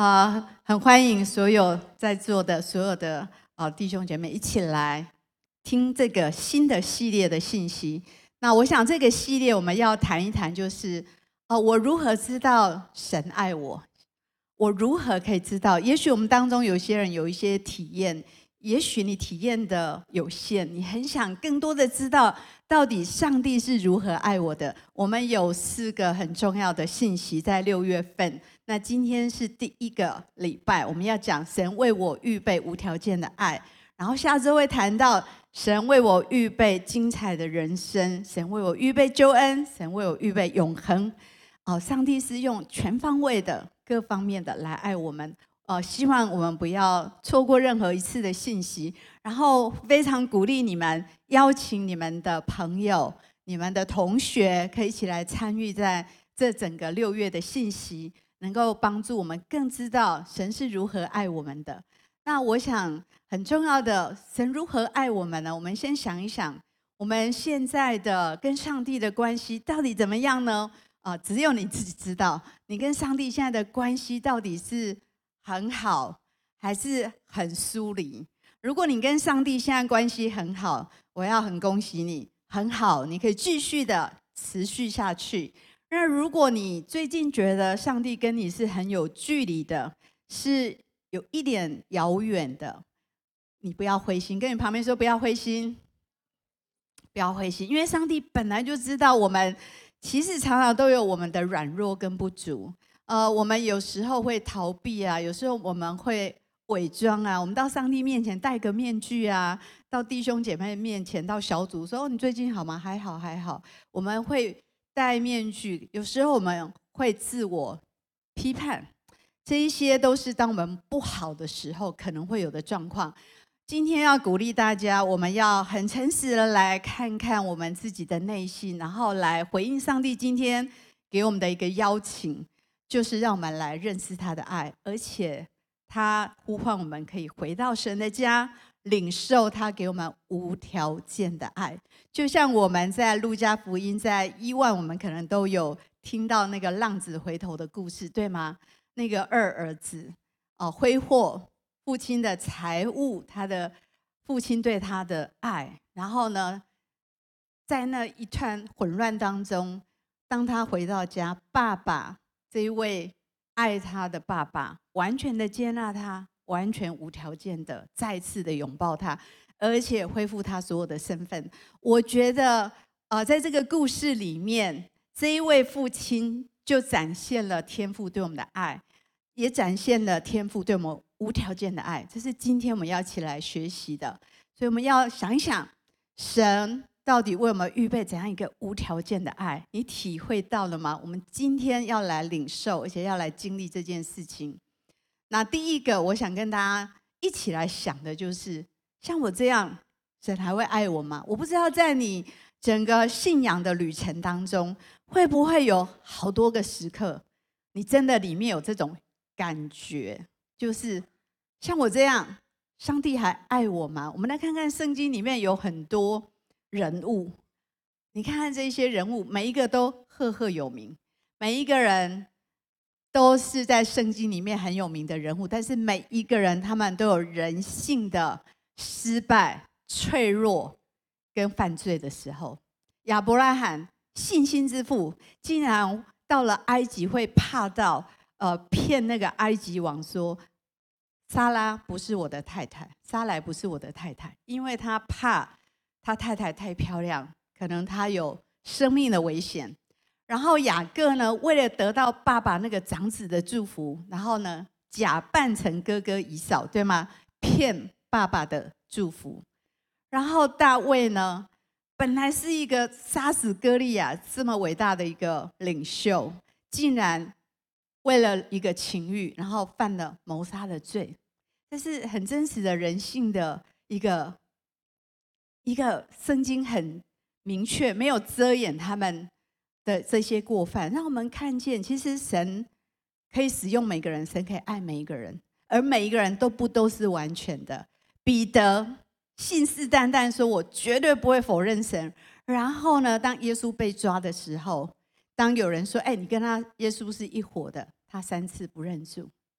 很欢迎所有在座的所有的弟兄姐妹一起来听这个新的系列的信息。那我想这个系列我们要谈一谈，就是我如何知道神爱我？我如何可以知道？也许我们当中有些人有一些体验，也许你体验的有限，你很想更多的知道到底上帝是如何爱我的。我们有4个很重要的信息在6月份。那今天是第1个礼拜，我们要讲神为我预备无条件的爱。然后下周会谈到神为我预备精彩的人生，神为我预备救恩，神为我预备永恒。上帝是用全方位的各方面的来爱我们。希望我们不要错过任何一次的信息。然后非常鼓励你们邀请你们的朋友、你们的同学，可以一起来参与在这整个6月的信息，能够帮助我们更知道神是如何爱我们的。那我想很重要的，神如何爱我们呢？我们先想一想，我们现在的跟上帝的关系到底怎么样呢？只有你自己知道，你跟上帝现在的关系到底是很好，还是很疏离？如果你跟上帝现在关系很好，我要很恭喜你，很好，你可以继续的持续下去。那如果你最近觉得上帝跟你是很有距离的，是有一点遥远的，你不要灰心，跟你旁边说不要灰心，不要灰心，因为上帝本来就知道我们其实常常都有我们的软弱跟不足。我们有时候会逃避啊，有时候我们会伪装啊，我们到上帝面前戴个面具啊，到弟兄姐妹面前，到小组说：“你最近好吗？”“还好，还好。”我们会戴面具，有时候我们会自我批判，这一些都是当我们不好的时候可能会有的状况。今天要鼓励大家，我们要很诚实的来看看我们自己的内心，然后来回应上帝今天给我们的一个邀请，就是让我们来认识他的爱，而且他呼唤我们可以回到神的家，领受他给我们无条件的爱。就像我们在路加福音在1万，我们可能都有听到那个浪子回头的故事，对吗？那个2儿子挥霍父亲的财物，他的父亲对他的爱，然后呢，在那一团混乱当中，当他回到家，爸爸这一位爱他的爸爸，完全的接纳他，完全无条件的再次的拥抱他，而且恢复他所有的身份。我觉得在这个故事里面，这一位父亲就展现了天父对我们的爱，也展现了天父对我们无条件的爱。这是今天我们要一起来学习的。所以我们要想一想，神到底为我们预备怎样一个无条件的爱？你体会到了吗？我们今天要来领受，而且要来经历这件事情。那第一个，我想跟大家一起来想的就是，像我这样，神还会爱我吗？我不知道在你整个信仰的旅程当中，会不会有好多个时刻，你真的里面有这种感觉，就是像我这样，上帝还爱我吗？我们来看看圣经里面有很多人物，你看看这些人物，每一个都赫赫有名，每一个人都是在圣经里面很有名的人物，但是每一个人他们都有人性的失败、脆弱跟犯罪的时候。亚伯拉罕信心之父，竟然到了埃及会怕到骗那个埃及王说，撒拉不是我的太太，撒来不是我的太太，因为他怕他太太太漂亮，可能他有生命的危险。然后雅各呢，为了得到爸爸那个长子的祝福，然后呢，假扮成哥哥以扫，对吗？骗爸爸的祝福。然后大卫呢，本来是一个杀死歌利亚这么伟大的一个领袖，竟然为了一个情欲，然后犯了谋杀的罪。这是很真实的人性的一个圣经很明确，没有遮掩他们的这些过犯，让我们看见，其实神可以使用每个人，神可以爱每一个人，而每一个人都是完全的。彼得信誓旦旦说：“我绝对不会否认神。”然后呢，当耶稣被抓的时候，当有人说：“哎，你跟耶稣是一伙的”，他3次不认主。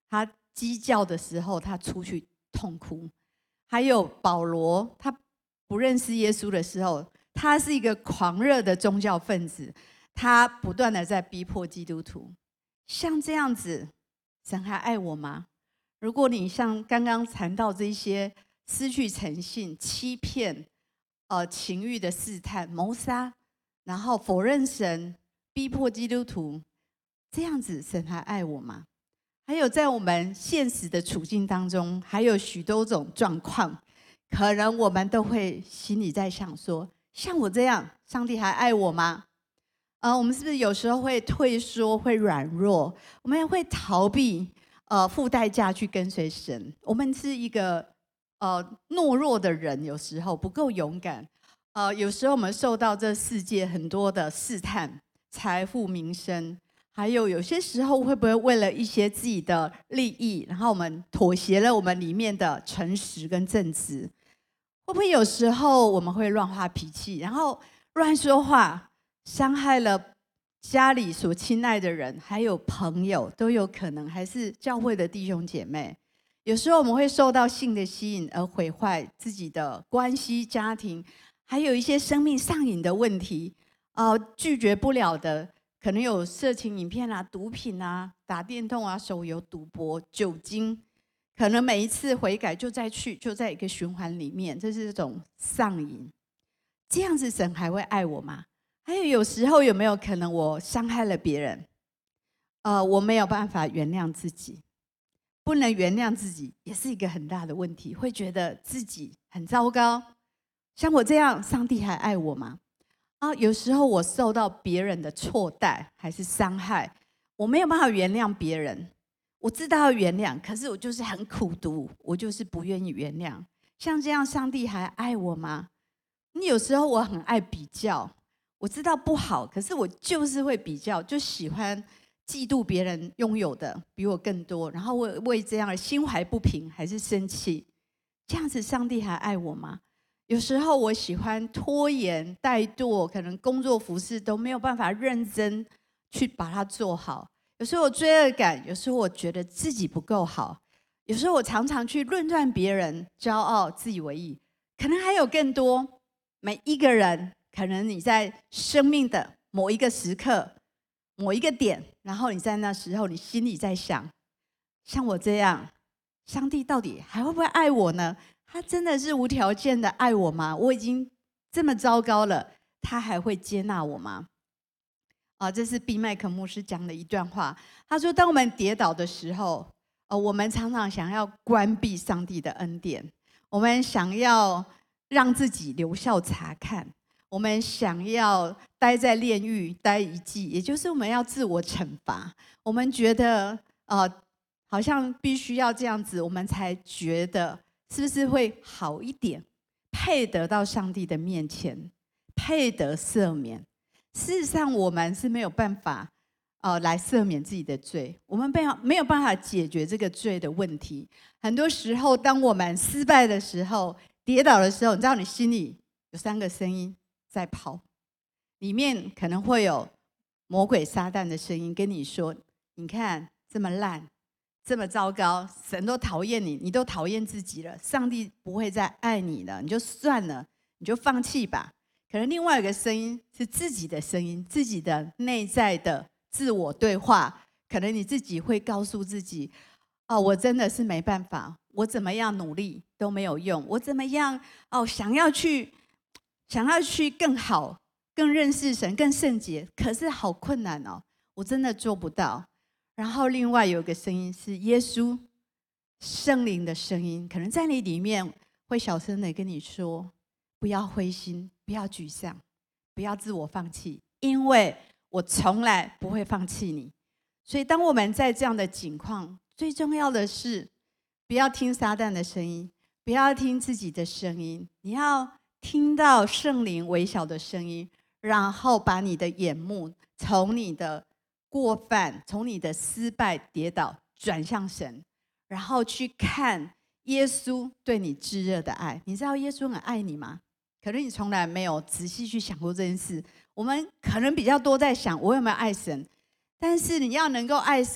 他鸡叫的时候，他出去痛哭；还有保罗，他不认识耶稣的时候，他是一个狂热的宗教分子，他不断的在逼迫基督徒。像这样子，神还爱我吗？如果你像刚刚谈到这些失去诚信、欺骗、情欲的试探、谋杀，然后否认神、逼迫基督徒，这样子神还爱我吗？还有在我们现实的处境当中，还有许多种状况，可能我们都会心里在想说，像我这样，上帝还爱我吗？我们是不是有时候会退缩、会软弱，我们也会逃避，付代价去跟随神？我们是一个懦弱的人，有时候不够勇敢。有时候我们受到这世界很多的试探，财富、名声，还有些时候会不会为了一些自己的利益，然后我们妥协了我们里面的诚实跟正直？会不会有时候我们会乱发脾气，然后乱说话？伤害了家里所亲爱的人，还有朋友都有可能，还是教会的弟兄姐妹。有时候我们会受到性的吸引而毁坏自己的关系、家庭，还有一些生命上瘾的问题，拒绝不了的，可能有色情影片啊、毒品啊、打电动啊、手游、赌博、酒精，可能每一次悔改就再去，就在一个循环里面，这是一种上瘾。这样子神还会爱我吗？还有时候有没有可能我伤害了别人，我没有办法原谅自己，不能原谅自己也是一个很大的问题，会觉得自己很糟糕。像我这样，上帝还爱我吗？有时候我受到别人的错待还是伤害，我没有办法原谅别人，我知道要原谅，可是我就是很苦毒，我就是不愿意原谅。像这样，上帝还爱我吗？你有时候我很爱比较，我知道不好，可是我就是会比较，就喜欢嫉妒别人拥有的比我更多，然后为这样心怀不平，还是生气。这样子，上帝还爱我吗？有时候我喜欢拖延、怠惰，可能工作服事都没有办法认真去把它做好。有时候我罪恶感，有时候我觉得自己不够好，有时候我常常去论断别人，骄傲、自以为意，可能还有更多。每一个人，可能你在生命的某一个时刻、某一个点，然后你在那时候，你心里在想：像我这样，上帝到底还会不会爱我呢？他真的是无条件的爱我吗？我已经这么糟糕了，他还会接纳我吗？这是毕麦克牧师讲的一段话。他说：当我们跌倒的时候，我们常常想要关闭上帝的恩典，我们想要让自己留校察看，我们想要待在炼狱待一季，也就是我们要自我惩罚。我们觉得好像必须要这样子，我们才觉得是不是会好一点，配得到上帝的面前，配得赦免。事实上，我们是没有办法来赦免自己的罪，我们没有办法解决这个罪的问题。很多时候，当我们失败的时候，跌倒的时候，你知道你心里有3个声音在跑，里面可能会有魔鬼撒旦的声音跟你说：你看这么烂，这么糟糕，神都讨厌你，你都讨厌自己了，上帝不会再爱你了，你就算了，你就放弃吧。可能另外有个声音是自己的声音，自己的内在的自我对话，可能你自己会告诉自己：我真的是没办法，我怎么样努力都没有用，我怎么样想要去更好、更认识神、更圣洁，可是好困难哦，我真的做不到。然后另外有个声音是耶稣圣灵的声音，可能在你里面会小声的跟你说：不要灰心，不要沮丧，不要自我放弃，因为我从来不会放弃你。所以当我们在这样的境况，最重要的是不要听撒旦的声音，不要听自己的声音，你要听到圣灵微小的声音，然后把你的眼目从你的过犯，从你的失败跌倒转向神，然后去看耶稣对你炙热的爱。你知道耶稣很爱你吗？可能你从来没有仔细去想过这件事。我们可能比较多在想我有没有爱神，但是你要能够爱神，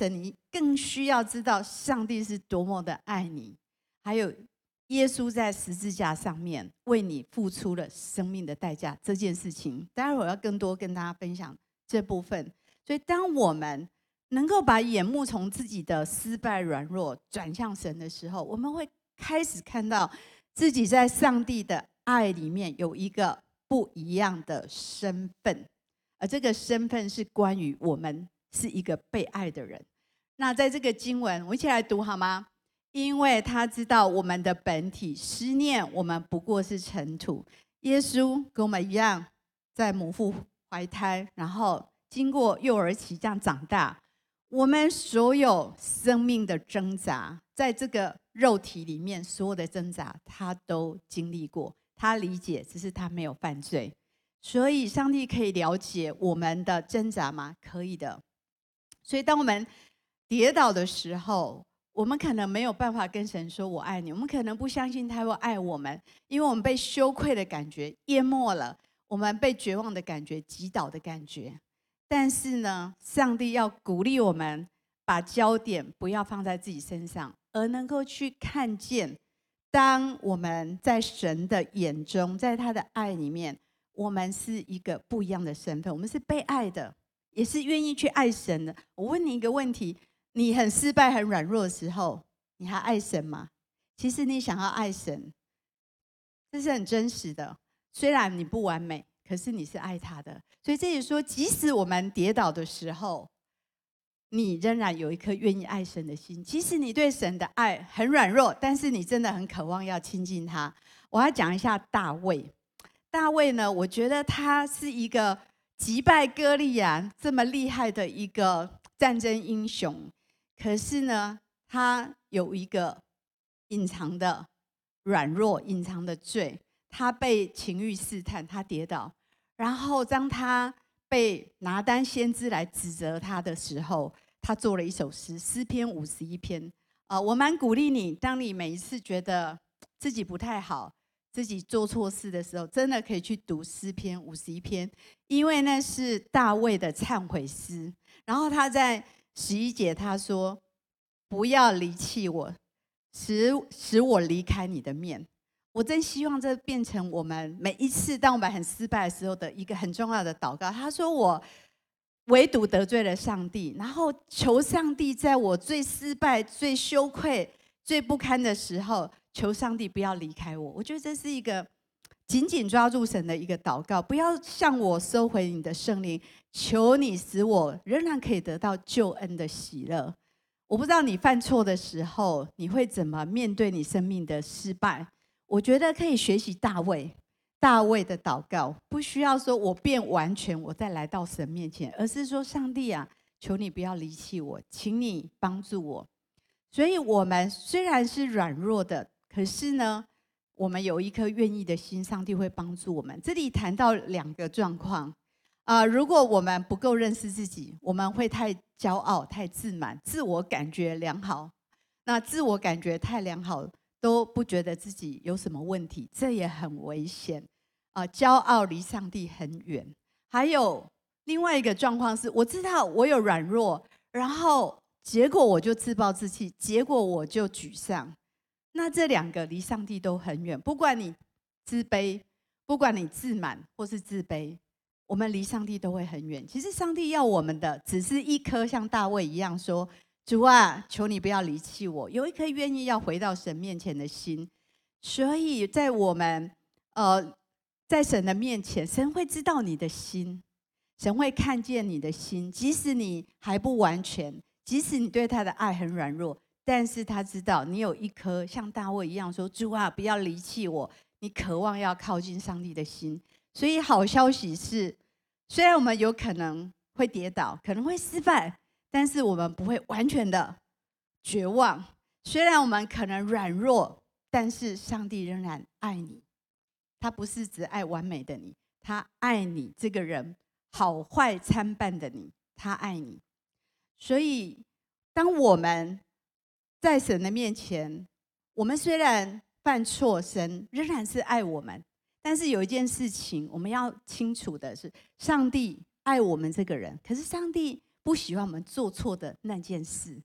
更需要知道上帝是多么的爱你，还有耶稣在十字架上面为你付出了生命的代价这件事情。待会儿我要更多跟大家分享这部分。所以当我们能够把眼目从自己的失败软弱转向神的时候，我们会开始看到自己在上帝的爱里面有一个不一样的身份，而这个身份是关于我们是一个被爱的人。那在这个经文，我们一起来读好吗？因为他知道我们的本体，思念我们不过是尘土。耶稣跟我们一样，在母腹怀胎，然后经过幼儿期这样长大。我们所有生命的挣扎，在这个肉体里面，所有的挣扎，他都经历过，他理解，只是他没有犯罪。所以，上帝可以了解我们的挣扎吗？可以的。所以，当我们跌倒的时候，我们可能没有办法跟神说我爱你，我们可能不相信他会爱我们，因为我们被羞愧的感觉淹没了，我们被绝望的感觉击倒的感觉。但是呢，上帝要鼓励我们把焦点不要放在自己身上，而能够去看见，当我们在神的眼中，在他的爱里面，我们是一个不一样的身份，我们是被爱的，也是愿意去爱神的。我问你一个问题，你很失败很软弱的时候，你还爱神吗？其实你想要爱神，这是很真实的。虽然你不完美，可是你是爱他的。所以这里说，即使我们跌倒的时候，你仍然有一颗愿意爱神的心。即使你对神的爱很软弱，但是你真的很渴望要亲近他。我要讲一下大卫。大卫呢，我觉得他是一个击败歌利亚这么厉害的一个战争英雄。可是呢，他有一个隐藏的软弱，隐藏的罪。他被情欲试探，他跌倒，然后当他被拿单先知来指责他的时候，他做了一首诗，诗篇51篇。我蛮鼓励你，当你每一次觉得自己不太好，自己做错事的时候，真的可以去读诗篇51篇，因为那是大卫的忏悔诗。然后他在11节他说：“不要离弃我，使我离开你的面。”我真希望这变成我们每一次当我们很失败的时候的一个很重要的祷告。他说：“我唯独得罪了上帝，然后求上帝在我最失败、最羞愧、最不堪的时候，求上帝不要离开我。”我觉得这是一个紧紧抓住神的一个祷告，不要向我收回你的圣灵，求你使我仍然可以得到救恩的喜乐。我不知道你犯错的时候，你会怎么面对你生命的失败？我觉得可以学习大卫的祷告，不需要说我变完全，我再来到神面前，而是说上帝啊，求你不要离弃我，请你帮助我。所以我们虽然是软弱的，可是呢，我们有一颗愿意的心，上帝会帮助我们。这里谈到2个状况如果我们不够认识自己，我们会太骄傲、太自满、自我感觉良好。那自我感觉太良好，都不觉得自己有什么问题，这也很危险骄傲离上帝很远。还有另外一个状况是，我知道我有软弱，然后结果我就自暴自弃，结果我就沮丧。那这2个离上帝都很远。不管你自卑，不管你自满或是自卑，我们离上帝都会很远。其实上帝要我们的只是一颗像大卫一样说：“主啊，求你不要离弃我。”有一颗愿意要回到神面前的心。所以在我们在神的面前，神会知道你的心，神会看见你的心。即使你还不完全，即使你对他的爱很软弱，但是他知道你有一颗像大卫一样说：“主啊，不要离弃我。”你渴望要靠近上帝的心。所以好消息是，虽然我们有可能会跌倒，可能会失败，但是我们不会完全的绝望。虽然我们可能软弱，但是上帝仍然爱你。他不是只爱完美的你，他爱你这个人好坏参半的你，他爱你。所以当我们在神的面前，我们虽然犯错，神仍然是爱我们。但是有一件事情我们要清楚的是，上帝爱我们这个人，可是上帝不喜欢我们做错的那件事。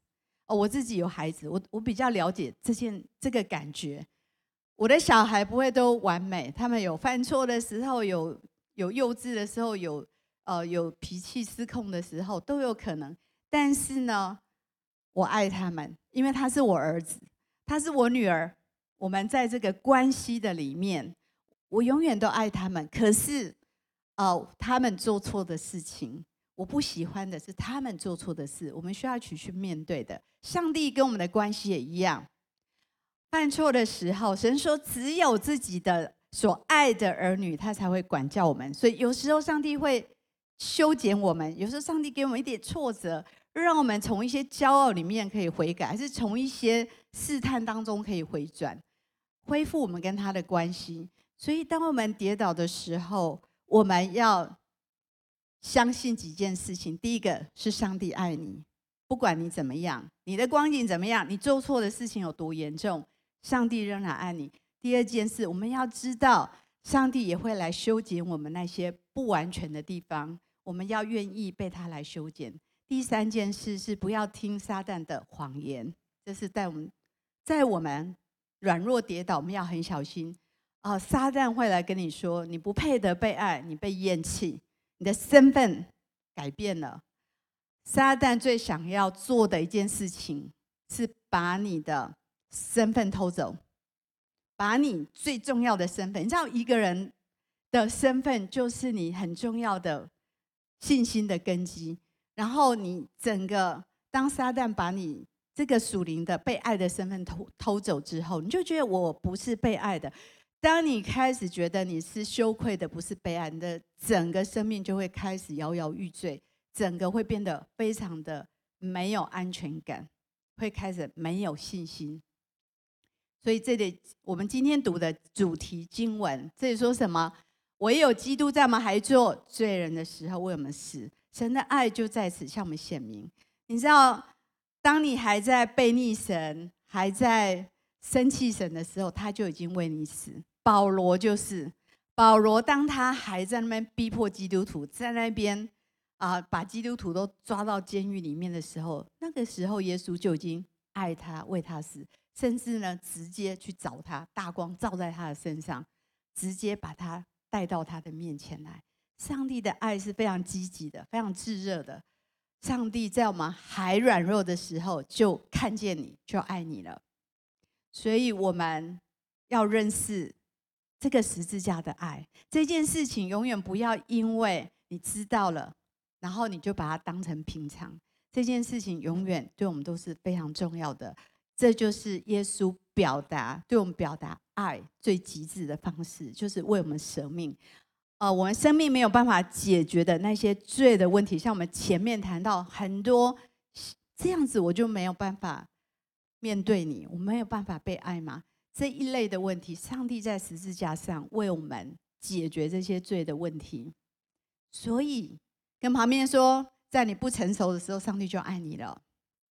我自己有孩子，我比较了解这个感觉。我的小孩不会都完美，他们有犯错的时候，有幼稚的时候，有脾气失控的时候，都有可能。但是呢，我爱他们，因为他是我儿子，他是我女儿。我们在这个关系的里面，我永远都爱他们。可是，他们做错的事情，我不喜欢的是他们做错的事，我们需要去面对的。上帝跟我们的关系也一样。犯错的时候，神说只有自己的所爱的儿女，他才会管教我们。所以有时候上帝会修剪我们，有时候上帝给我们一点挫折，让我们从一些骄傲里面可以悔改，还是从一些试探当中可以回转，恢复我们跟他的关系。所以当我们跌倒的时候，我们要相信几件事情。第一个是上帝爱你，不管你怎么样，你的光景怎么样，你做错的事情有多严重，上帝仍然爱你。第二件事，我们要知道上帝也会来修剪我们那些不完全的地方，我们要愿意被他来修剪。第三件事是不要听撒旦的谎言，这是在我们软弱跌倒，我们要很小心。撒旦会来跟你说，你不配得被爱，你被厌弃，你的身份改变了。撒旦最想要做的一件事情，是把你的身份偷走，把你最重要的身份。你知道，一个人的身份就是你很重要的信心的根基。然后你整个，当撒旦把你这个属灵的被爱的身份偷走之后，你就觉得我不是被爱的。当你开始觉得你是羞愧的，不是被爱，你的整个生命就会开始摇摇欲坠，整个会变得非常的没有安全感，会开始没有信心。所以这里我们今天读的主题经文，这里说什么？唯有基督在我们还做罪人的时候为我们死，神的爱就在此向我们显明。你知道，当你还在背逆神，还在生气神的时候，他就已经为你死。保罗，当他还在那边逼迫基督徒，在那边把基督徒都抓到监狱里面的时候，那个时候耶稣就已经爱他，为他死，甚至呢直接去找他，大光照在他的身上，直接把他带到他的面前来。上帝的爱是非常积极的，非常炙热的。上帝在我们还软弱的时候就看见你，就爱你了。所以我们要认识这个十字架的爱，这件事情永远不要因为你知道了，然后你就把它当成平常。这件事情永远对我们都是非常重要的。这就是耶稣对我们表达爱最极致的方式，就是为我们舍命。我们生命没有办法解决的那些罪的问题，像我们前面谈到很多，这样子我就没有办法面对你，我没有办法被爱吗？这一类的问题，上帝在十字架上为我们解决这些罪的问题。所以跟旁边说，在你不成熟的时候，上帝就爱你了。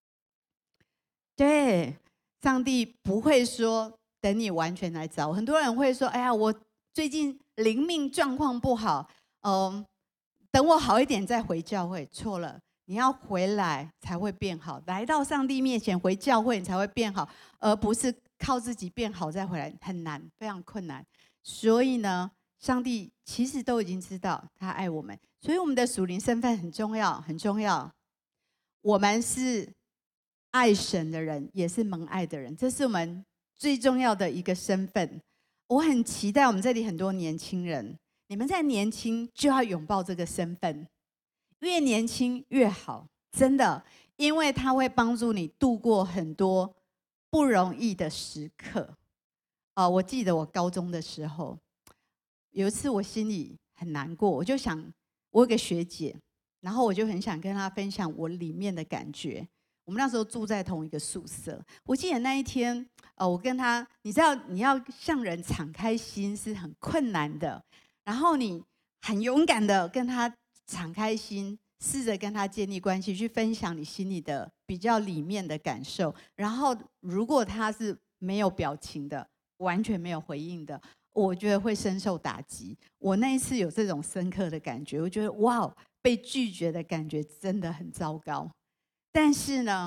对，上帝不会说等你完全来找。很多人会说，哎呀，我最近灵命状况不好，等我好一点再回教会。错了，你要回来才会变好，来到上帝面前回教会你才会变好，而不是靠自己变好再回来，很难，非常困难。所以呢，上帝其实都已经知道他爱我们，所以我们的属灵身份很重要，很重要。我们是爱神的人，也是蒙爱的人，这是我们最重要的一个身份。我很期待我们这里很多年轻人，你们在年轻就要拥抱这个身份，越年轻越好，真的，因为它会帮助你度过很多不容易的时刻。我记得我高中的时候，有一次我心里很难过，我就想，我有个学姐，然后我就很想跟她分享我里面的感觉。我们那时候住在同一个宿舍，我记得那一天，我跟她，你知道，你要向人敞开心是很困难的，然后你很勇敢的跟她敞开心，试着跟她建立关系，去分享你心里的比较里面的感受。然后，如果她是没有表情的，完全没有回应的，我觉得会深受打击。我那一次有这种深刻的感觉，我觉得哇，被拒绝的感觉真的很糟糕。但是呢，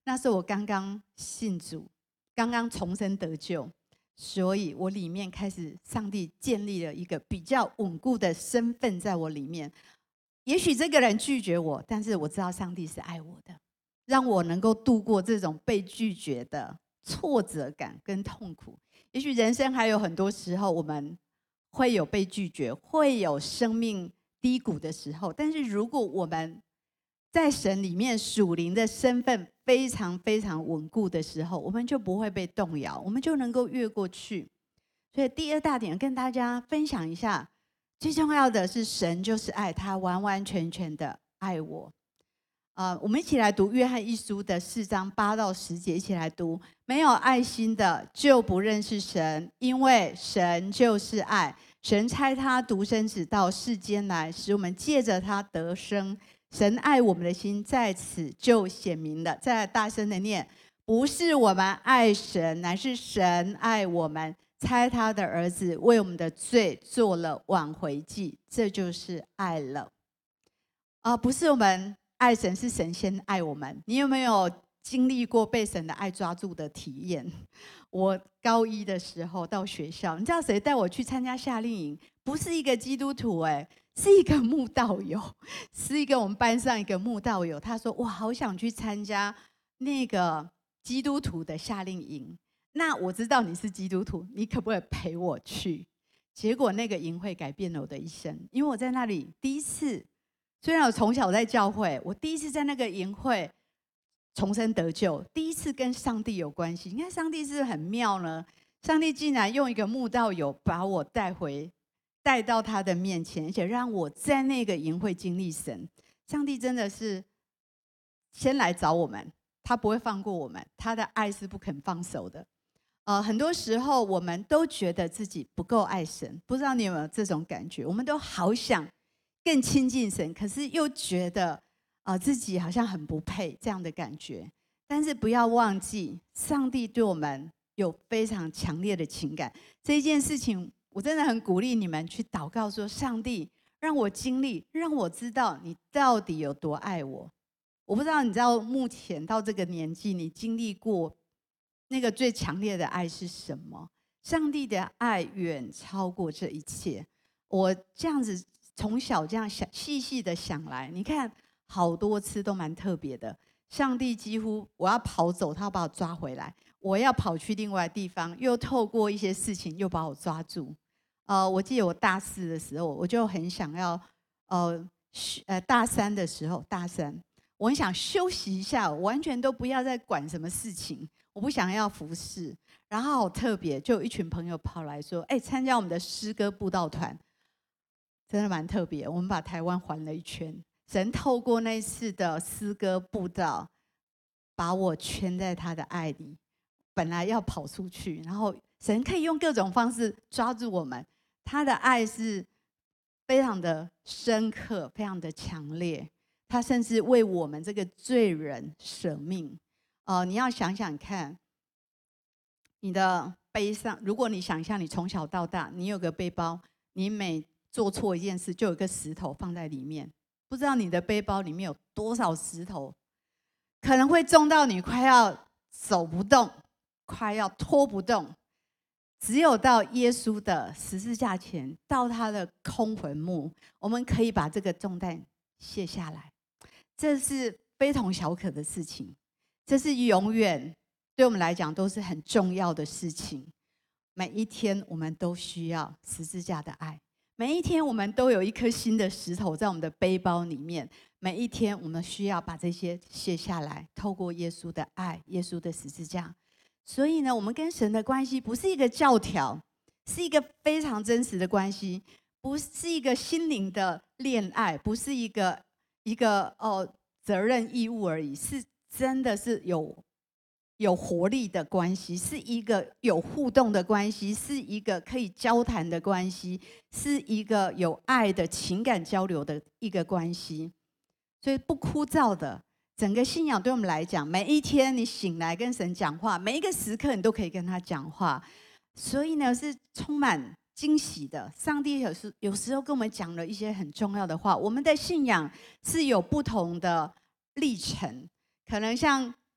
那时候我刚刚信主，刚刚重生得救，所以我里面开始，上帝建立了一个比较稳固的身份在我里面。也许这个人拒绝我，但是我知道上帝是爱我的，让我能够度过这种被拒绝的挫折感跟痛苦。也许人生还有很多时候，我们会有被拒绝，会有生命低谷的时候，但是如果我们在神里面属灵的身份非常非常稳固的时候，我们就不会被动摇，我们就能够越过去。所以第二大点跟大家分享一下，最重要的是神就是爱，他完完全全的爱我。我们一起来读约翰一书的4章8到10节，一起来读。没有爱心的就不认识神，因为神就是爱。神差他独生子到世间来，使我们借着他得生。神爱我们的心在此就显明了。再来大声的念：不是我们爱神，乃是神爱我们，差他的儿子为我们的罪做了挽回祭，这就是爱了。不是我们爱神，是神先爱我们。你有没有经历过被神的爱抓住的体验？我高一的时候到学校，你知道谁带我去参加夏令营？不是一个基督徒，是一个慕道友，是一个我们班上一个慕道友。他说：“我好想去参加那个基督徒的夏令营。那我知道你是基督徒，你可不可以陪我去？”结果那个营会改变了我的一生，因为我在那里第一次。虽然我从小在教会，我第一次在那个营会重生得救，第一次跟上帝有关系。你看上帝是不是很妙呢？上帝竟然用一个慕道友把我带到他的面前，而且让我在那个营会经历神。上帝真的是先来找我们，他不会放过我们，他的爱是不肯放手的。很多时候我们都觉得自己不够爱神，不知道你有没有这种感觉？我们都好想更亲近神，可是又觉得自己好像很不配这样的感觉。但是不要忘记，上帝对我们有非常强烈的情感。这一件事情，我真的很鼓励你们去祷告说：上帝，让我经历，让我知道你到底有多爱我。我不知道你知道目前到这个年纪，你经历过那个最强烈的爱是什么？上帝的爱远超过这一切。我这样子从小这样细细的想来，你看好多次都蛮特别的。上帝几乎我要跑走，他要把我抓回来；我要跑去另外地方，又透过一些事情又把我抓住。我记得我大4的时候，我就很想要，大3的时候，我很想休息一下，我完全都不要再管什么事情，我不想要服侍。然后好特别，就有一群朋友跑来说：“参加我们的诗歌布道团。”真的蛮特别，我们把台湾环了一圈。神透过那一次的诗歌布道，把我圈在他的爱里。本来要跑出去，然后神可以用各种方式抓住我们。他的爱是非常的深刻，非常的强烈。他甚至为我们这个罪人舍命。你要想想看，你的背上，如果你想象你从小到大，你有个背包，你每做错一件事，就有一个石头放在里面。不知道你的背包里面有多少石头，可能会重到你快要走不动，快要拖不动。只有到耶稣的十字架前，到他的空坟墓，我们可以把这个重担卸下来。这是非同小可的事情，这是永远对我们来讲都是很重要的事情。每一天我们都需要十字架的爱，每一天我们都有一颗新的石头在我们的背包里面，每一天我们需要把这些卸下来，透过耶稣的爱，耶稣的十字架。所以呢，我们跟神的关系不是一个教条，是一个非常真实的关系，不是一个心灵的恋爱，不是一个责任义务而已，是真的是有活力的关系，是一个有互动的关系，是一个可以交谈的关系，是一个有爱的情感交流的一个关系。所以不枯燥的，整个信仰对我们来讲，每一天你醒来跟神讲话，每一个时刻你都可以跟他讲话，所以呢是充满惊喜的。上帝有时候跟我们讲了一些很重要的话。我们的信仰是有不同的历程，可能像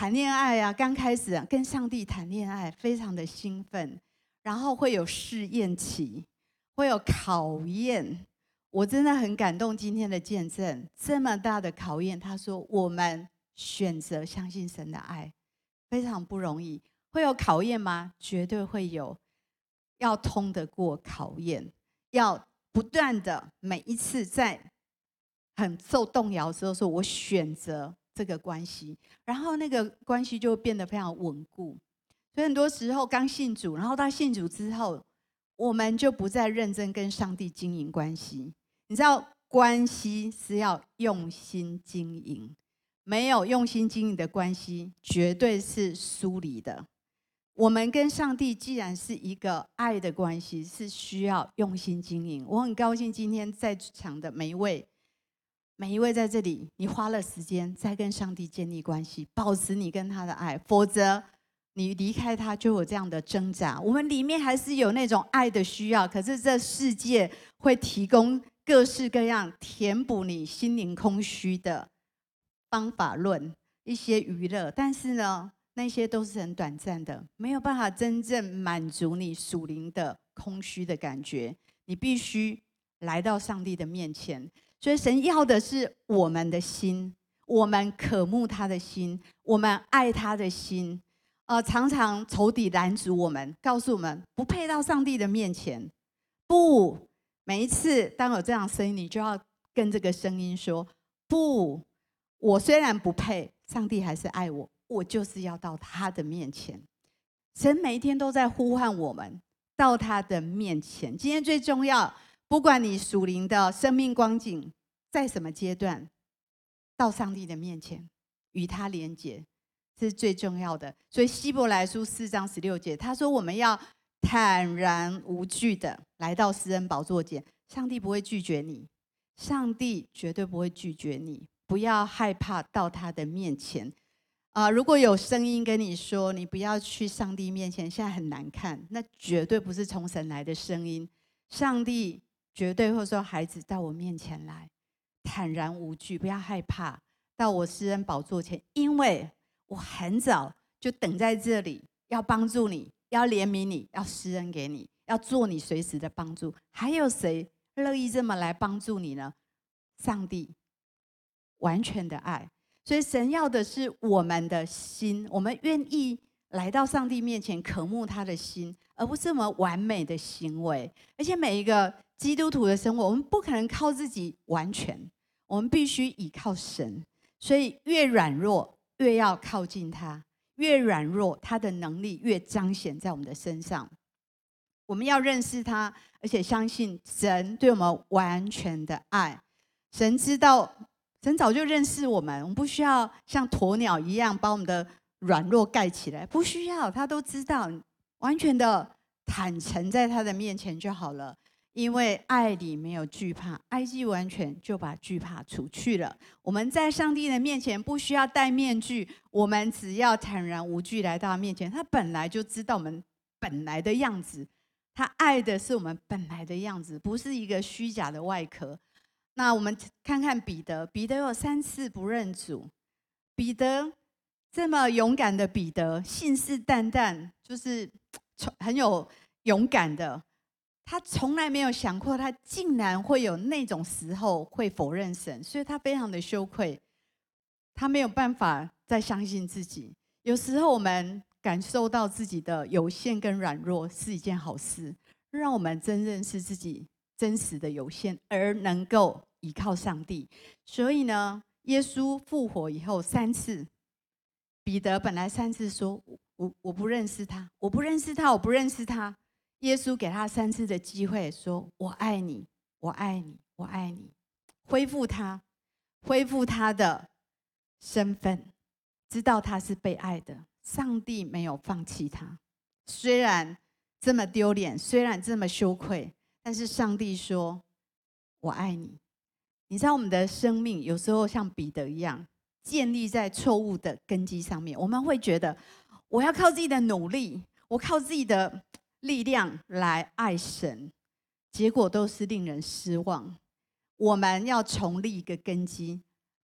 谈恋爱啊，刚开始跟上帝谈恋爱，非常的兴奋，然后会有试验期，会有考验。我真的很感动今天的见证，这么大的考验，他说我们选择相信神的爱，非常不容易。会有考验吗？绝对会有，要通得过考验，要不断的每一次在很受动摇的时候，说我选择这个关系，然后那个关系就变得非常稳固。所以很多时候刚信主，然后到信主之后，我们就不再认真跟上帝经营关系。你知道，关系是要用心经营，没有用心经营的关系，绝对是疏离的。我们跟上帝既然是一个爱的关系，是需要用心经营。我很高兴今天在场的每一位在这里，你花了时间在跟上帝建立关系，保持你跟他的爱，否则你离开他就有这样的挣扎。我们里面还是有那种爱的需要，可是这世界会提供各式各样填补你心灵空虚的方法论，一些娱乐，但是呢，那些都是很短暂的，没有办法真正满足你属灵的空虚的感觉。你必须来到上帝的面前。所以神要的是我们的心，我们渴慕他的心，我们爱他的心。常常仇敌拦阻我们，告诉我们不配到上帝的面前。不，每一次当有这样的声音，你就要跟这个声音说：不，我虽然不配，上帝还是爱我，我就是要到他的面前。神每一天都在呼唤我们到他的面前。今天最重要，不管你属灵的生命光景在什么阶段，到上帝的面前与他连结，这是最重要的。所以希伯来书4章16节，他说我们要坦然无惧的来到施恩宝座前。上帝不会拒绝你，上帝绝对不会拒绝你。不要害怕到他的面前。如果有声音跟你说你不要去上帝面前，现在很难看，那绝对不是从神来的声音。上帝绝对会说：孩子，到我面前来，坦然无惧，不要害怕，到我施恩宝座前，因为我很早就等在这里，要帮助你，要怜悯你，要施恩给你，要做你随时的帮助。还有谁乐意这么来帮助你呢？上帝完全的爱。所以神要的是我们的心，我们愿意来到上帝面前渴慕他的心，而不是我们完美的行为。而且每一个基督徒的生活，我们不可能靠自己完全，我们必须依靠神。所以越软弱越要靠近他，越软弱他的能力越彰显在我们的身上。我们要认识他，而且相信神对我们完全的爱。神知道，神早就认识我们，我们不需要像鸵鸟一样把我们的软弱盖起来，不需要，他都知道，完全的坦诚在他的面前就好了。因为爱里没有惧怕，爱既完全，就把惧怕除去了。我们在上帝的面前不需要戴面具，我们只要坦然无惧来到他面前。他本来就知道我们本来的样子，他爱的是我们本来的样子，不是一个虚假的外壳。那我们看看彼得，彼得有3次不认主。彼得这么勇敢的彼得，信誓旦旦，就是很有勇敢的。他从来没有想过，他竟然会有那种时候会否认神，所以他非常的羞愧，他没有办法再相信自己。有时候我们感受到自己的有限跟软弱是一件好事，让我们真认识自己真实的有限，而能够依靠上帝。所以呢，耶稣复活以后3次，彼得本来3次说我不认识他，我不认识他，我不认识他。耶稣给他3次的机会，说：我爱你，我爱你，我爱你。恢复他，恢复他的身份，知道他是被爱的。上帝没有放弃他，虽然这么丢脸，虽然这么羞愧，但是上帝说：我爱你。你知道我们的生命有时候像彼得一样，建立在错误的根基上面。我们会觉得我要靠自己的努力，我靠自己的力量来爱神，结果都是令人失望。我们要重立一个根基，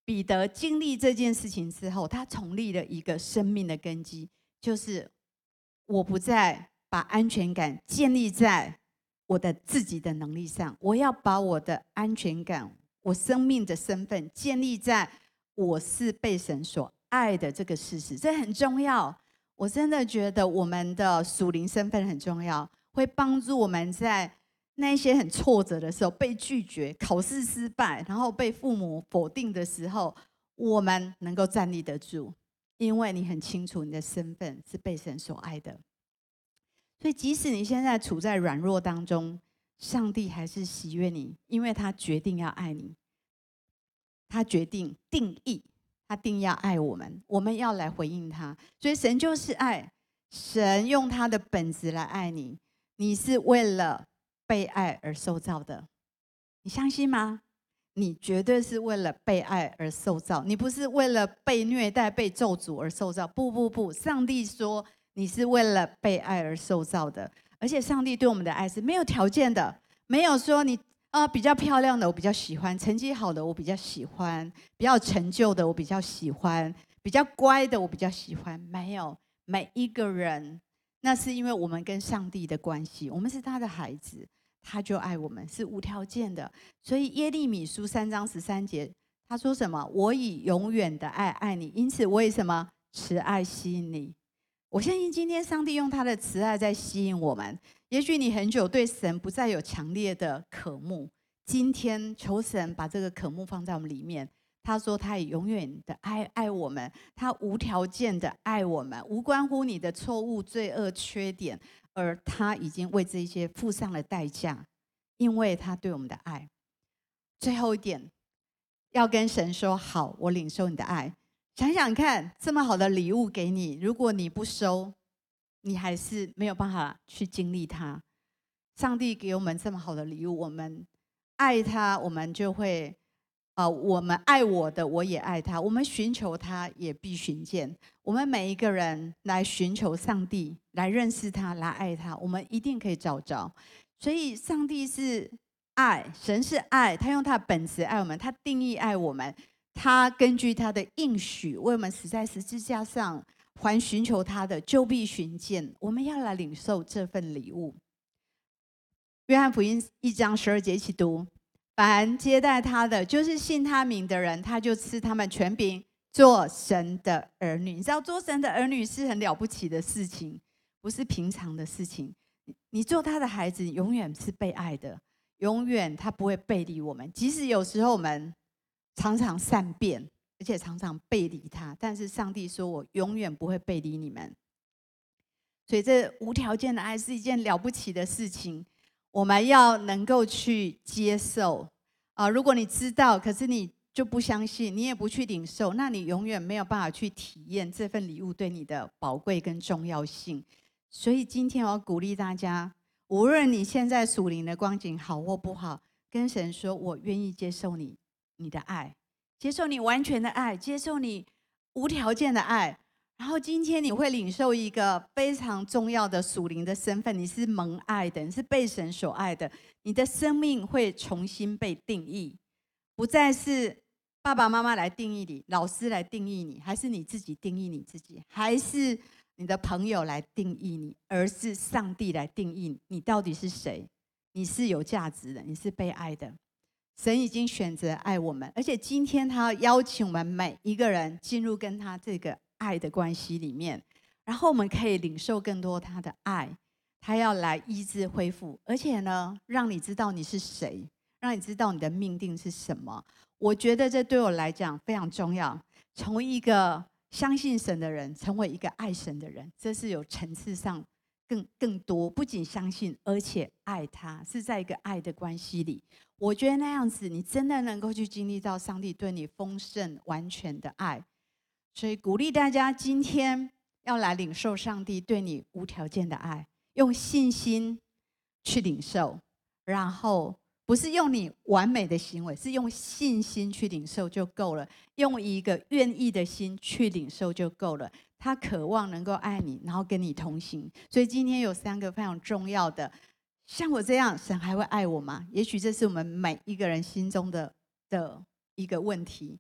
彼得经历这件事情之后，他重立了一个生命的根基，就是我不再把安全感建立在我的自己的能力上，我要把我的安全感、我生命的身份建立在我是被神所爱的这个事实，这很重要。我真的觉得我们的属灵身份很重要，会帮助我们在那些很挫折的时候，被拒绝、考试失败，然后被父母否定的时候，我们能够站立得住，因为你很清楚你的身份是被神所爱的。所以，即使你现在处在软弱当中，上帝还是喜悦你，因为他决定要爱你，他决定定义，他定要爱我们，我们要来回应他。所以，神就是爱，神用他的本质来爱你，你是为了被爱而受造的，你相信吗？你绝对是为了被爱而受造，你不是为了被虐待、被咒诅而受造。不不不，上帝说你是为了被爱而受造的，而且上帝对我们的爱是没有条件的，没有说你比较漂亮的我比较喜欢，成绩好的我比较喜欢，比较有成就的我比较喜欢，比较乖的我比较喜欢，没有，每一个人，那是因为我们跟上帝的关系，我们是他的孩子，他就爱我们，是无条件的。所以耶利米书3章13节，他说什么？我以永远的爱爱你，因此我以什么慈爱吸引你。我相信今天上帝用他的慈爱在吸引我们。也许你很久对神不再有强烈的渴慕，今天求神把这个渴慕放在我们里面。他说他以永远的爱我们，他无条件的爱我们，无关乎你的错误、罪恶、缺点，而他已经为这些付上了代价，因为他对我们的爱。最后一点，要跟神说好，我领受你的爱。想想看，这么好的礼物给你，如果你不收，你还是没有办法去经历它。上帝给我们这么好的礼物，我们爱他，我们就会我们爱我的，我也爱他。我们寻求他，也必寻见。我们每一个人来寻求上帝，来认识他，来爱他，我们一定可以找着。所以，上帝是爱，神是爱，他用他的本质爱我们，他定义爱我们。他根据他的应许为我们死在十字架上，还寻求他的就必寻见。我们要来领受这份礼物。约翰福音1章12节一起读：凡接待他的，就是信他名的人，他就赐他们权柄，做神的儿女。你知道，做神的儿女是很了不起的事情，不是平常的事情。你做他的孩子，永远是被爱的，永远他不会背离我们。即使有时候我们常常善变，而且常常背离他，但是上帝说：“我永远不会背离你们。”所以，这无条件的爱是一件了不起的事情。我们要能够去接受如果你知道，可是你就不相信，你也不去领受，那你永远没有办法去体验这份礼物对你的宝贵跟重要性。所以，今天我要鼓励大家，无论你现在属灵的光景好或不好，跟神说：“我愿意接受你的爱，接受你完全的爱，接受你无条件的爱。”然后今天你会领受一个非常重要的属灵的身份，你是蒙爱的，你是被神所爱的，你的生命会重新被定义，不再是爸爸妈妈来定义你，老师来定义你，还是你自己定义你自己，还是你的朋友来定义你，而是上帝来定义你到底是谁。你是有价值的，你是被爱的。神已经选择爱我们，而且今天他要邀请我们每一个人进入跟他这个爱的关系里面，然后我们可以领受更多他的爱。他要来医治恢复，而且呢，让你知道你是谁，让你知道你的命定是什么。我觉得这对我来讲非常重要。从一个相信神的人成为一个爱神的人，这是有层次上更多，不仅相信，而且爱他，是在一个爱的关系里。我觉得那样子，你真的能够去经历到上帝对你丰盛完全的爱。所以鼓励大家今天要来领受上帝对你无条件的爱，用信心去领受，然后不是用你完美的行为，是用信心去领受就够了，用一个愿意的心去领受就够了。他渴望能够爱你，然后跟你同行。所以今天有3个非常重要的，像我这样，神还会爱我吗？也许这是我们每一个人心中的一个问题。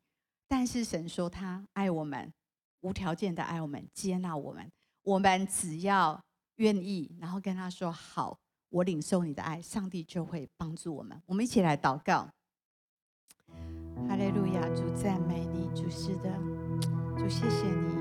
但是神说他爱我们，无条件的爱我们，接纳我们。我们只要愿意，然后跟他说好，我领受你的爱，上帝就会帮助我们。我们一起来祷告。哈利路亚，主赞美你，主是的，主谢谢你。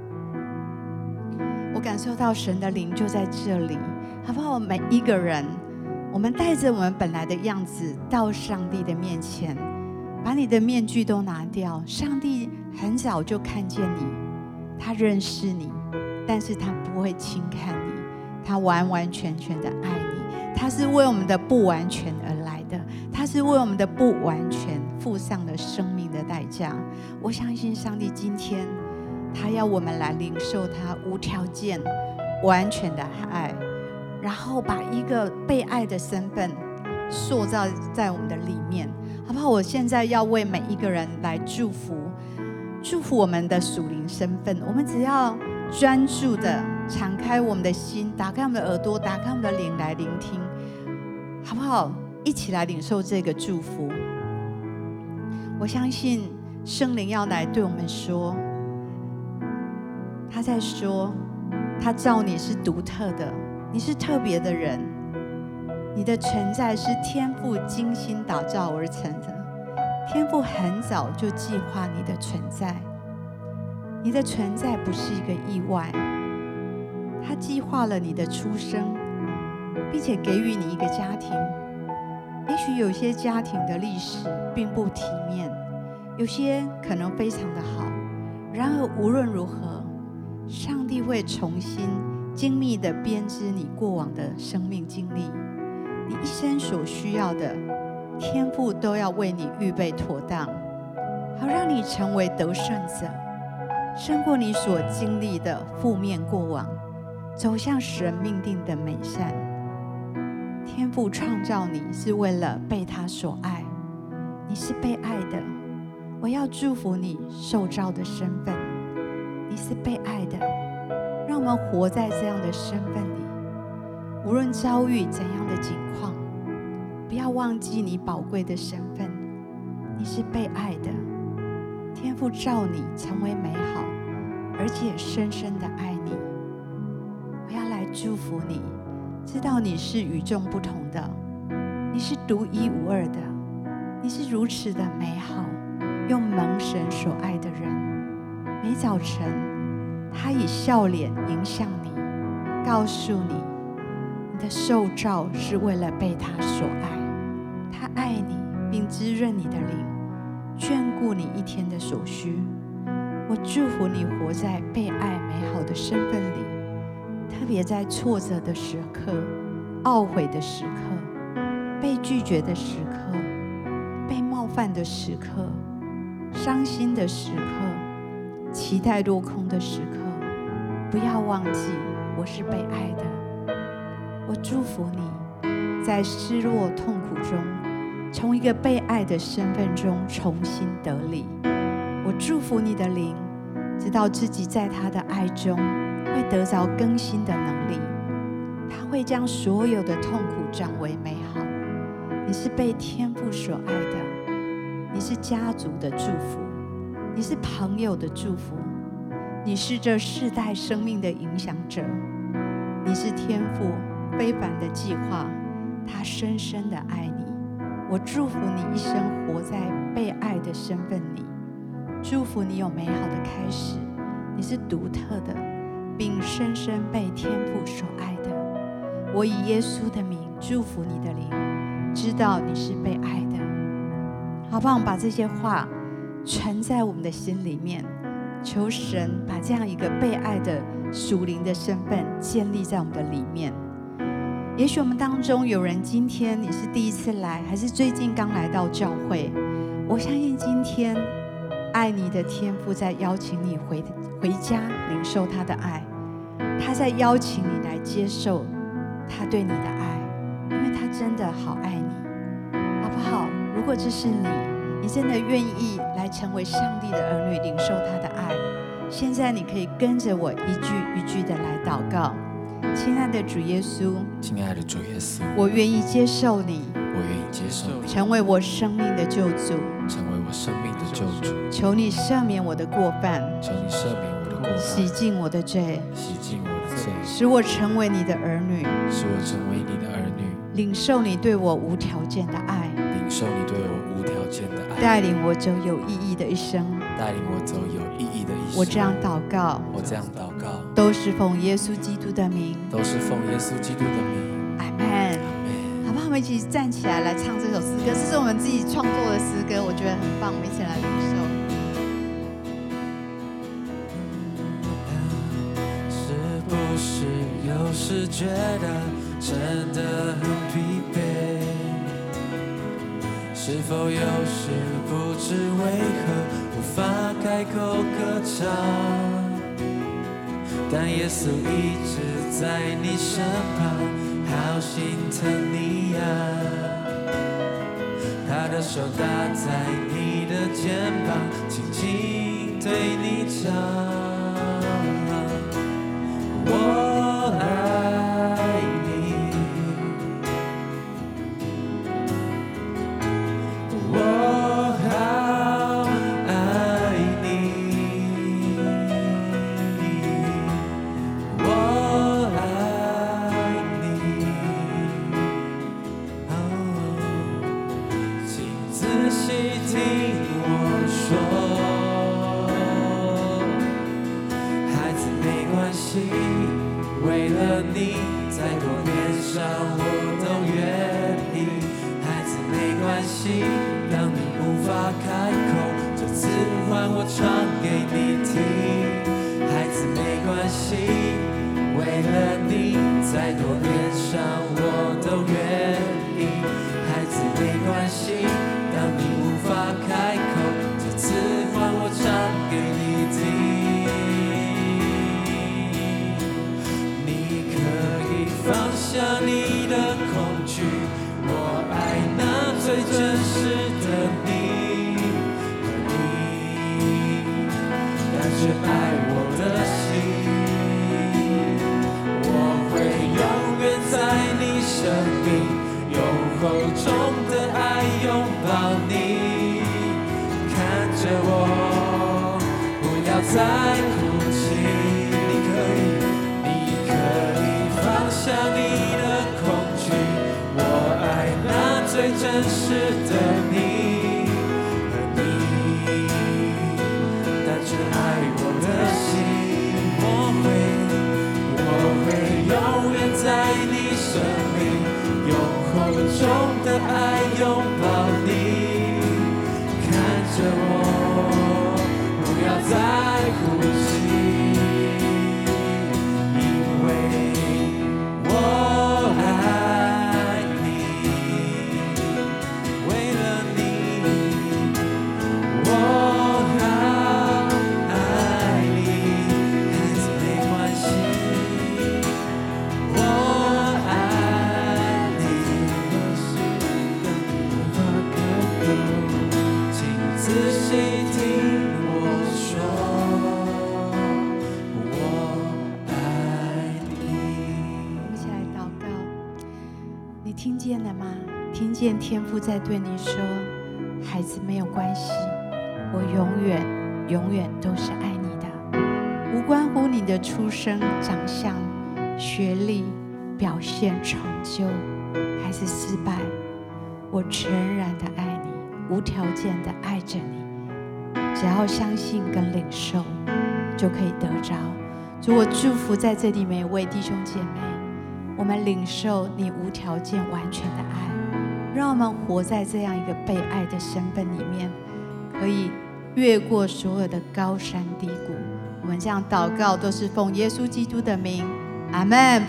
我感受到神的灵就在这里，好不好？每一个人，我们带着我们本来的样子到上帝的面前，把你的面具都拿掉。上帝很早就看见你，他认识你，但是他不会轻看你，他完完全全的爱你。他是为我们的不完全而来的，他是为我们的不完全付上了生命的代价。我相信上帝今天他要我们来领受他无条件完全的爱，然后把一个被爱的身份塑造在我们的里面，好不好？我现在要为每一个人来祝福我们的属灵身份。我们只要专注的敞开我们的心，打开我们的耳朵，打开我们的灵来聆听，好不好？一起来领受这个祝福。我相信圣灵要来对我们说，他在说，他造你是独特的，你是特别的人，你的存在是天父精心打造而成的。天父很早就计划你的存在，你的存在不是一个意外，他计划了你的出生，并且给予你一个家庭。也许有些家庭的历史并不体面，有些可能非常的好，然而无论如何，上帝会重新精密的编织你过往的生命经历，你一生所需要的，天父都要为你预备妥当，好让你成为得胜者，胜过你所经历的负面过往，走向神命定的美善。天父创造你是为了被他所爱，你是被爱的。我要祝福你受召的身份，你是被爱的。让我们活在这样的身份里，无论遭遇怎样的境况，不要忘记你宝贵的身份，你是被爱的。天父召你成为美好，而且深深的爱你。我要来祝福你，知道你是与众不同的，你是独一无二的，你是如此的美好，又蒙神所爱的人。每早晨他以笑脸迎向你，告诉你，你的受召是为了被他所爱。他爱你，并滋润你的灵，眷顾你一天的所需。我祝福你活在被爱美好的身份里，特别在挫折的时刻、懊悔的时刻、被拒绝的时刻、被冒犯的时刻、伤心的时刻、期待落空的时刻，不要忘记我是被爱的。我祝福你在失落痛苦中，从一个被爱的身份中重新得力。我祝福你的灵，知道自己在他的爱中会得着更新的能力，他会将所有的痛苦转为美好。你是被天父所爱的，你是家族的祝福，你是朋友的祝福，你是这世代生命的影响者，你是天父非凡的计划，他深深的爱你。我祝福你一生活在被爱的身份里，祝福你有美好的开始。你是独特的，并深深被天父所爱的。我以耶稣的名祝福你的灵，知道你是被爱的。好不好？我们把这些话存在我们的心里面，求神把这样一个被爱的属灵的身份建立在我们的里面。也许我们当中有人今天你是第一次来，还是最近刚来到教会，我相信今天爱你的天父在邀请你回家领受他的爱，他在邀请你来接受他对你的爱，因为他真的好爱你，好不好？如果这是你真的愿意来成为上帝的儿女，领受他的爱，现在你可以跟着我一句一句的来祷告。亲爱的主耶稣， 亲爱的主耶稣， 我愿意接受你， 我愿意接受你， 成为我生命的救主， 成为我我生命的救主。 求你赦免我的过犯， 求你赦免我的过洗犯， 净我的罪， 洗净我的罪， 使我成为你的儿女， 使我成为你的儿女， 领受你对我无条件的爱， 领受你对我无条件的爱， 带领我走有意义的一生。 带领我走有意义的一生。 我这样祷告， 我这样祷告， 都是奉耶稣基督的名。 都是奉耶稣基督的名。 阿门。好不好？我们一起站起来来唱这首诗歌，这是我们自己创作的诗歌，我觉得很棒，我们一起来领受。 是不是有时觉得真的很疲惫？是否有时不知为何无法开口歌唱？但耶稣一直在你身旁，好心疼你呀。他的手搭在你的肩膀，轻轻对你讲：我爱你，我好爱你，我爱你。请仔细听我说，孩子没关系，为了你再多年少我都愿意。孩子没关系，当你无法开口，这次换我唱给你听。孩子没关系，为了你再多年少我都愿意。孩子没关系，当你无法开口，这次换我唱给你听。你可以放下你的恐惧，我爱那最真实的你，和你单纯爱我的心，我会永远在你生命永恒中的爱拥抱你，看着我，不要再哭泣。你可以放下你的恐惧，我爱那最真实的你，和你单纯爱我的心，我会永远在你生命永恒中的爱拥抱你，看着我，不要再哭泣，因为我爱你，为了你，我好爱你，孩子没关系，我爱你。请仔细听我说，我爱你。 我们一起来祷告，你听见了吗？听见天父在对你说：“孩子，没有关系，我永远都是爱你的，无关乎你的出生、长相、学历、表现、成就，还是失败。我全然的爱你，无条件的爱着你。只要相信跟领受，就可以得着。主，我祝福在这里每一位弟兄姐妹，我们领受你无条件完全的爱，让我们活在这样一个被爱的身份里面，可以越过所有的高山低谷。我们这样祷告，都是奉耶稣基督的名，阿们。